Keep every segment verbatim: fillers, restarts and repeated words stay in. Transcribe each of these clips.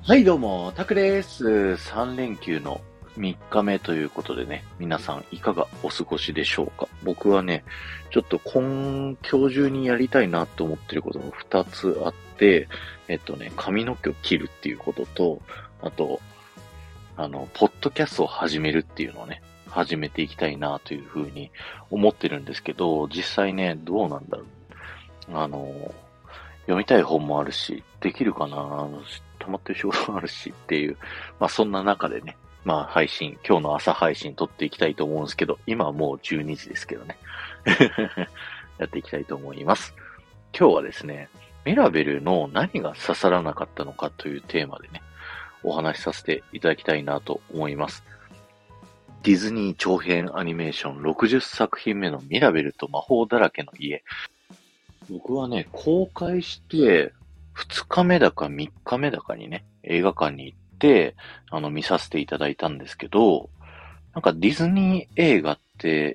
はいどうも、タクです。さん連休のみっかめということでね、皆さんいかがお過ごしでしょうか？僕はね、ちょっと今、今日中にやりたいなと思ってることがふたつあって、えっとね、髪の毛を切るっていうことと、あと、あの、ポッドキャストを始めるっていうのをね、始めていきたいなというふうに思ってるんですけど、実際ね、どうなんだろう。あの、読みたい本もあるし、できるかな、溜まってる仕事もあるしっていう、まあそんな中でね、まあ配信、今日の朝配信撮っていきたいと思うんですけど、今はもうじゅうにじですけどね。やっていきたいと思います。今日はですね、ミラベルの何が刺さらなかったのかというテーマでね、お話しさせていただきたいなと思います。ディズニー長編アニメーションろくじゅっさく品目のミラベルと魔法だらけの家。僕はね、公開して、ふつかめだかみっかめだかにね、映画館に行って、あの、見させていただいたんですけど、なんかディズニー映画って、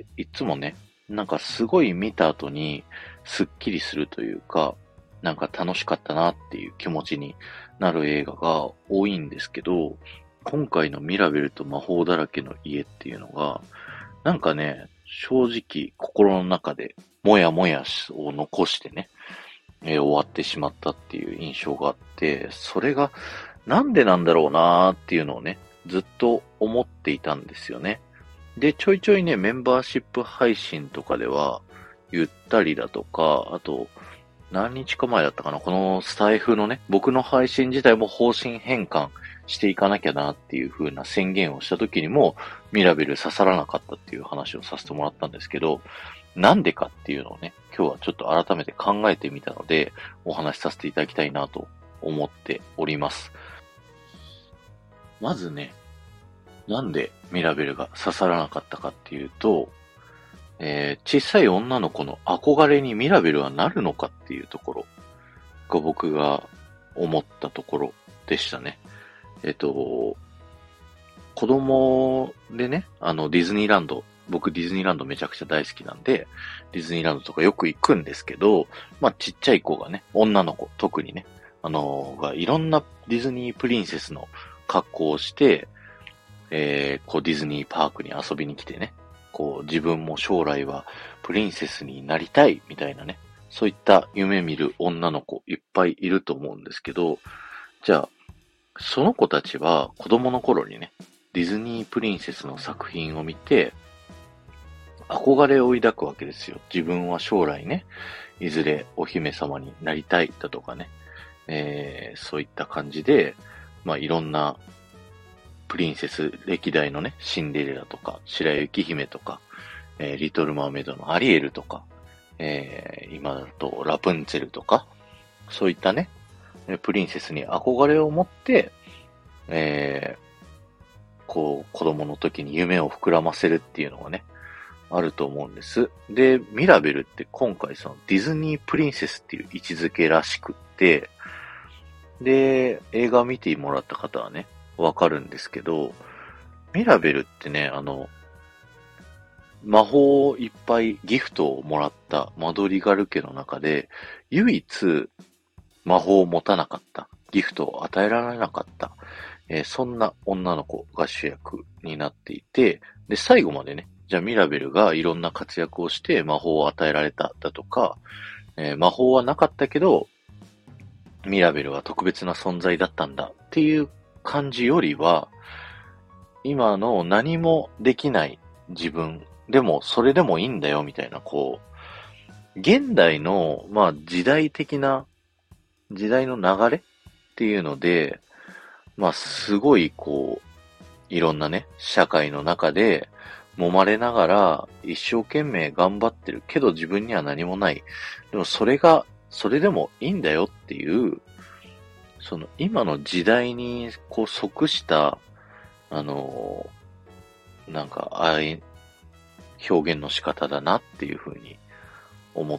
いつもね、なんかすごい見た後に、スッキリするというか、なんか楽しかったなっていう気持ちになる映画が多いんですけど、今回のミラベルと魔法だらけの家っていうのが、なんかね、正直心の中でもやもやを残してね、えー終わってしまったっていう印象があって、それがなんでなんだろうなーっていうのをね、ずっと思っていたんですよね。で、ちょいちょいね、メンバーシップ配信とかでは言ったりだとか、あと、何日か前だったかな、このスタイフのね、僕の配信自体も方針変換していかなきゃなっていう風な宣言をした時にも、ミラベル刺さらなかったっていう話をさせてもらったんですけど、なんでかっていうのをね、今日はちょっと改めて考えてみたので、お話しさせていただきたいなと思っております。まずね、なんでミラベルが刺さらなかったかっていうと、えー小さい女の子の憧れにミラベルはなるのかっていうところが僕が思ったところでしたね。えっと、子供でね、あの、ディズニーランド、僕ディズニーランドめちゃくちゃ大好きなんで、ディズニーランドとかよく行くんですけど、まあ、ちっちゃい子がね、女の子、特にね、あのがいろんなディズニープリンセスの格好をして、えー、こうディズニーパークに遊びに来てね、こう自分も将来はプリンセスになりたいみたいなね、そういった夢見る女の子いっぱいいると思うんですけど、じゃあ、その子たちは子供の頃にね、ディズニープリンセスの作品を見て、憧れを抱くわけですよ。自分は将来ね、いずれお姫様になりたいだとかね、えー、そういった感じで、まあいろんなプリンセス歴代のね、シンデレラとか、白雪姫とか、えー、リトルマーメイドのアリエルとか、えー、今だとラプンツェルとか、そういったね、プリンセスに憧れを持って、えー、こう、子供の時に夢を膨らませるっていうのがね、あると思うんです。で、ミラベルって今回そのディズニープリンセスっていう位置づけらしくって、で、映画を見てもらった方はね、わかるんですけど、ミラベルってね、あの、魔法をいっぱいギフトをもらったマドリガル家の中で、唯一魔法を持たなかった、ギフトを与えられなかった、えーそんな女の子が主役になっていて、で、最後までね、じゃあミラベルがいろんな活躍をして魔法を与えられただとか、えー魔法はなかったけど、ミラベルは特別な存在だったんだっていう感じよりは、今の何もできない自分、でもそれでもいいんだよみたいな、こう、現代の、まあ時代的な、時代の流れっていうので、まあすごいこう、いろんなね、社会の中で揉まれながら一生懸命頑張ってるけど自分には何もない。でもそれが、それでもいいんだよっていう、その今の時代にこう即した、あの、なんか、ああいう表現の仕方だなっていうふうに思って、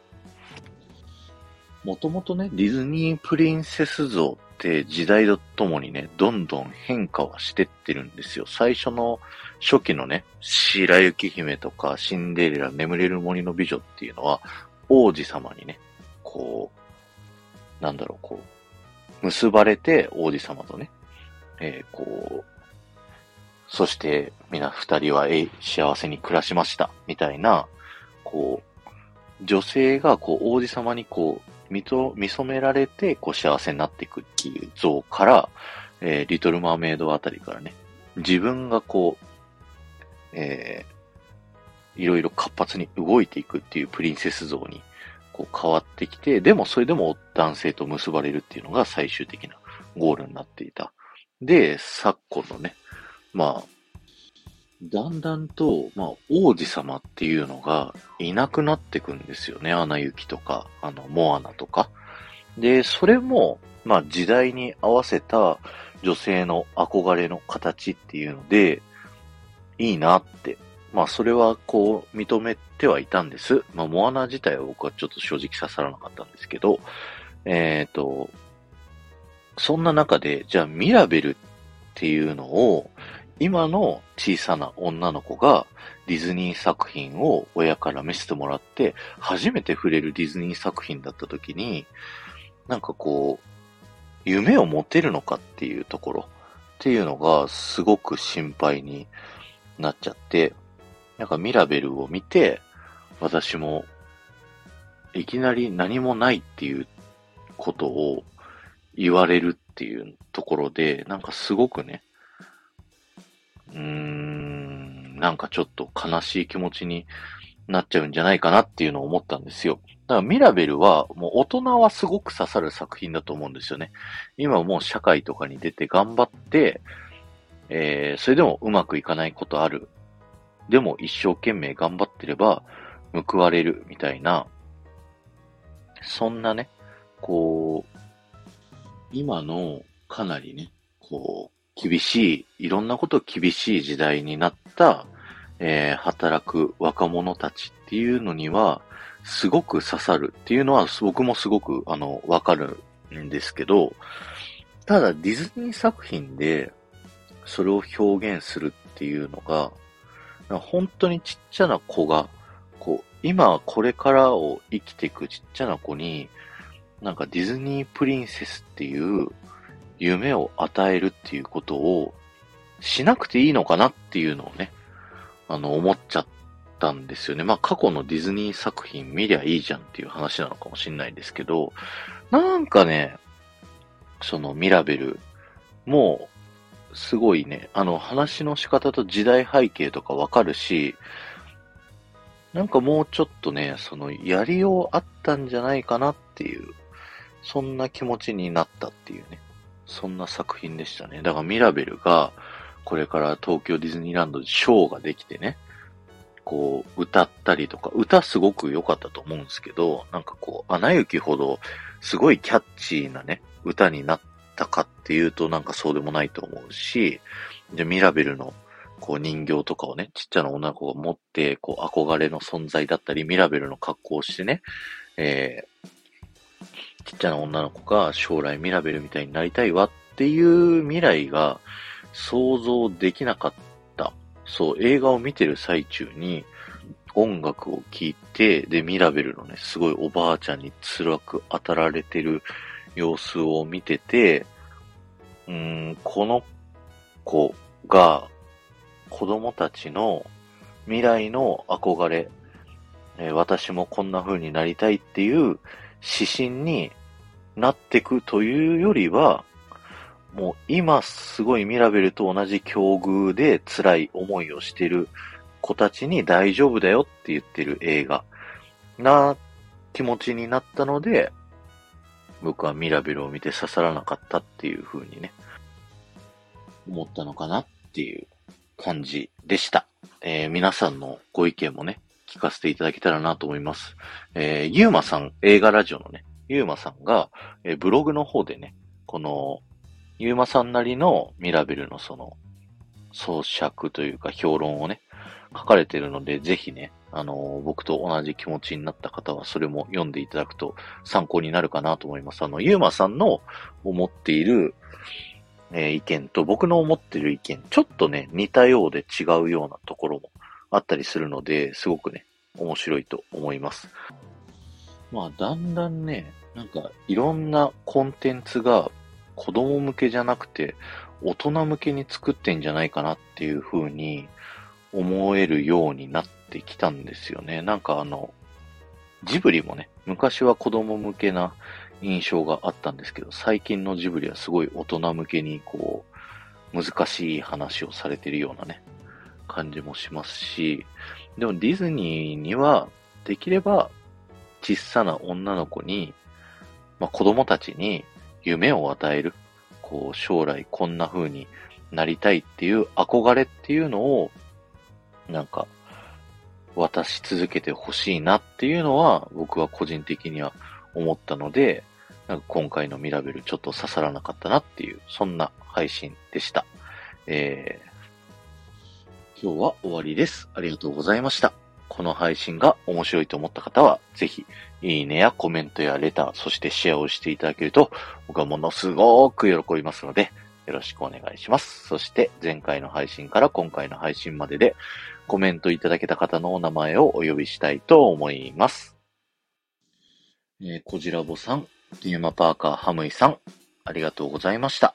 もともとね、ディズニープリンセス像って時代とともにね、どんどん変化はしてってるんですよ。最初の初期のね、白雪姫とかシンデレラ、眠れる森の美女っていうのは、王子様にね、こう、なんだろう、こう、 結ばれて王子様とね、えー、こう、そして皆二人はえ幸せに暮らしました、みたいな、こう、女性がこう王子様にこう、見と、見初められて、こう幸せになっていくっていう像から、えー、リトルマーメイドあたりからね、自分がこう、えー、いろいろ活発に動いていくっていうプリンセス像にこう変わってきて、でもそれでも男性と結ばれるっていうのが最終的なゴールになっていた。で、昨今のね、まあ、だんだんと、まあ、王子様っていうのがいなくなってくんですよね。アナ雪とか、あの、モアナとか。で、それも、まあ、時代に合わせた女性の憧れの形っていうので、いいなって。まあ、それはこう、認めてはいたんです。まあ、モアナ自体は僕はちょっと正直刺さらなかったんですけど、えっと、そんな中で、じゃあミラベルっていうのを、今の小さな女の子がディズニー作品を親から見せてもらって、初めて触れるディズニー作品だった時に、なんかこう、夢を持てるのかっていうところっていうのがすごく心配になっちゃって、なんかミラベルを見て、私もいきなり何もないっていうことを言われるっていうところで、なんかすごくね、うーん、なんかちょっと悲しい気持ちになっちゃうんじゃないかなっていうのを思ったんですよ。だからミラベルはもう大人はすごく刺さる作品だと思うんですよね。今もう社会とかに出て頑張って、えー、それでもうまくいかないことある。でも一生懸命頑張ってれば報われるみたいな、そんなね、こう、今のかなりね、こう、厳しい、いろんなこと厳しい時代になった、えー、働く若者たちっていうのには、すごく刺さるっていうのは、僕もすごく、あの、わかるんですけど、ただディズニー作品で、それを表現するっていうのが、本当にちっちゃな子が、こう、今これからを生きていくちっちゃな子に、なんかディズニープリンセスっていう夢を与えるっていうことをしなくていいのかなっていうのをね、あの、思っちゃったんですよね。まあ過去のディズニー作品見りゃいいじゃんっていう話なのかもしれないですけど、なんかね、そのミラベルもすごいね、あの話の仕方と時代背景とかわかるし、なんかもうちょっとね、そのやりようあったんじゃないかなっていう、そんな気持ちになったっていうね。そんな作品でしたね。だからミラベルが、これから東京ディズニーランドでショーができてね、こう、歌ったりとか、歌すごく良かったと思うんですけど、なんかこう、アナ雪ほど、すごいキャッチーなね、歌になったかっていうと、なんかそうでもないと思うし、で、ミラベルの、こう人形とかをね、ちっちゃな女の子が持って、こう憧れの存在だったり、ミラベルの格好をしてね、えー、ちっちゃな女の子が将来ミラベルみたいになりたいわっていう未来が想像できなかった。そう、映画を見てる最中に音楽を聴いて、で、ミラベルのね、すごいおばあちゃんに辛く当たられてる様子を見てて、うーん、この子が子供たちの未来の憧れ、えー私もこんな風になりたいっていう指針になってくというよりは、もう今すごいミラベルと同じ境遇で辛い思いをしてる子たちに大丈夫だよって言ってる映画な気持ちになったので、僕はミラベルを見て刺さらなかったっていう風にね、思ったのかなっていう感じでした。えー皆さんのご意見もね、聞かせていただけたらなと思います。えーゆうまさん、映画ラジオのね、ゆうまさんが、えーブログの方でね、この、ゆうまさんなりのミラベルのその、創作というか評論をね、書かれてるので、ぜひね、あのー僕と同じ気持ちになった方は、それも読んでいただくと参考になるかなと思います。あの、ゆうまさんの思っている、えー意見と僕の思っている意見、ちょっとね、似たようで違うようなところもあったりするので、すごくね、面白いと思います。まあ、だんだんね、なんか、いろんなコンテンツが子供向けじゃなくて大人向けに作ってんじゃないかなっていう風に思えるようになってきたんですよね。なんかあの、ジブリもね、昔は子供向けな印象があったんですけど、最近のジブリはすごい大人向けにこう、難しい話をされてるようなね、感じもしますし、でもディズニーにはできれば小さな女の子に、まあ、子供たちに夢を与える、こう将来こんな風になりたいっていう憧れっていうのをなんか渡し続けてほしいなっていうのは僕は個人的には思ったので、なんか今回のミラベルちょっと刺さらなかったなっていう、そんな配信でした。えー、今日は終わりです。ありがとうございました。この配信が面白いと思った方は、ぜひ、いいねやコメントやレター、そしてシェアをしていただけると、僕はものすごく喜びますので、よろしくお願いします。そして、前回の配信から今回の配信までで、コメントいただけた方のお名前をお呼びしたいと思います。えー、こじらぼさん、テーマパーカーハムイさん、ありがとうございました。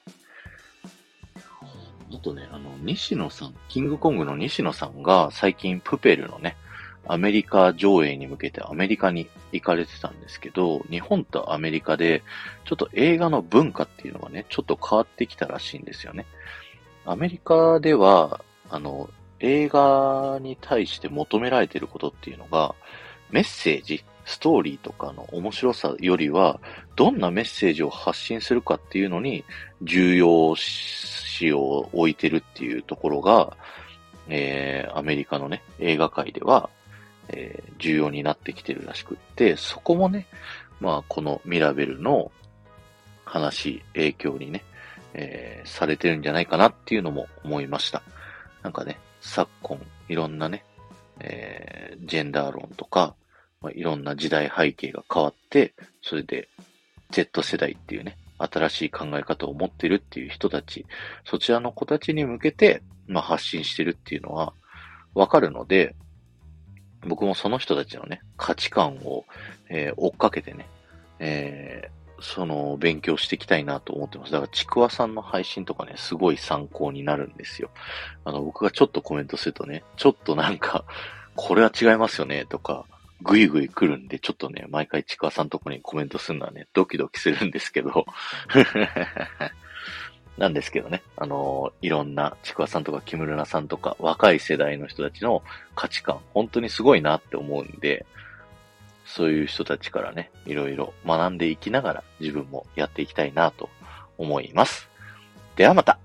あとね、あの、西野さん、キングコングの西野さんが最近プペルのね、アメリカ上映に向けてアメリカに行かれてたんですけど、日本とアメリカでちょっと映画の文化っていうのがね、ちょっと変わってきたらしいんですよね。アメリカでは、あの、映画に対して求められていることっていうのが、メッセージ、ストーリーとかの面白さよりは、どんなメッセージを発信するかっていうのに重要視を置いてるっていうところが、えー、アメリカのね、映画界では、えー、重要になってきてるらしくって、そこもね、まあ、このミラベルの話、影響にね、えー、されてるんじゃないかなっていうのも思いました。なんかね、昨今、いろんなね、えー、ジェンダー論とか、まあ、いろんな時代背景が変わって、それで Z 世代っていうね、新しい考え方を持ってるっていう人たち、そちらの子たちに向けて、まあ、発信してるっていうのはわかるので、僕もその人たちのね、価値観を、えー追っかけてね、えーその、勉強していきたいなと思ってます。だから、ちくわさんの配信とかね、すごい参考になるんですよ。あの、僕がちょっとコメントするとね、ちょっとなんか、これは違いますよね、とか、ぐいぐい来るんで、ちょっとね、毎回ちくわさんのとこにコメントするのはね、ドキドキするんですけど、なんですけどね、あのーいろんなちくわさんとか木村さんとか若い世代の人たちの価値観、本当にすごいなって思うんで、そういう人たちからね、いろいろ学んでいきながら自分もやっていきたいなと思います。ではまた。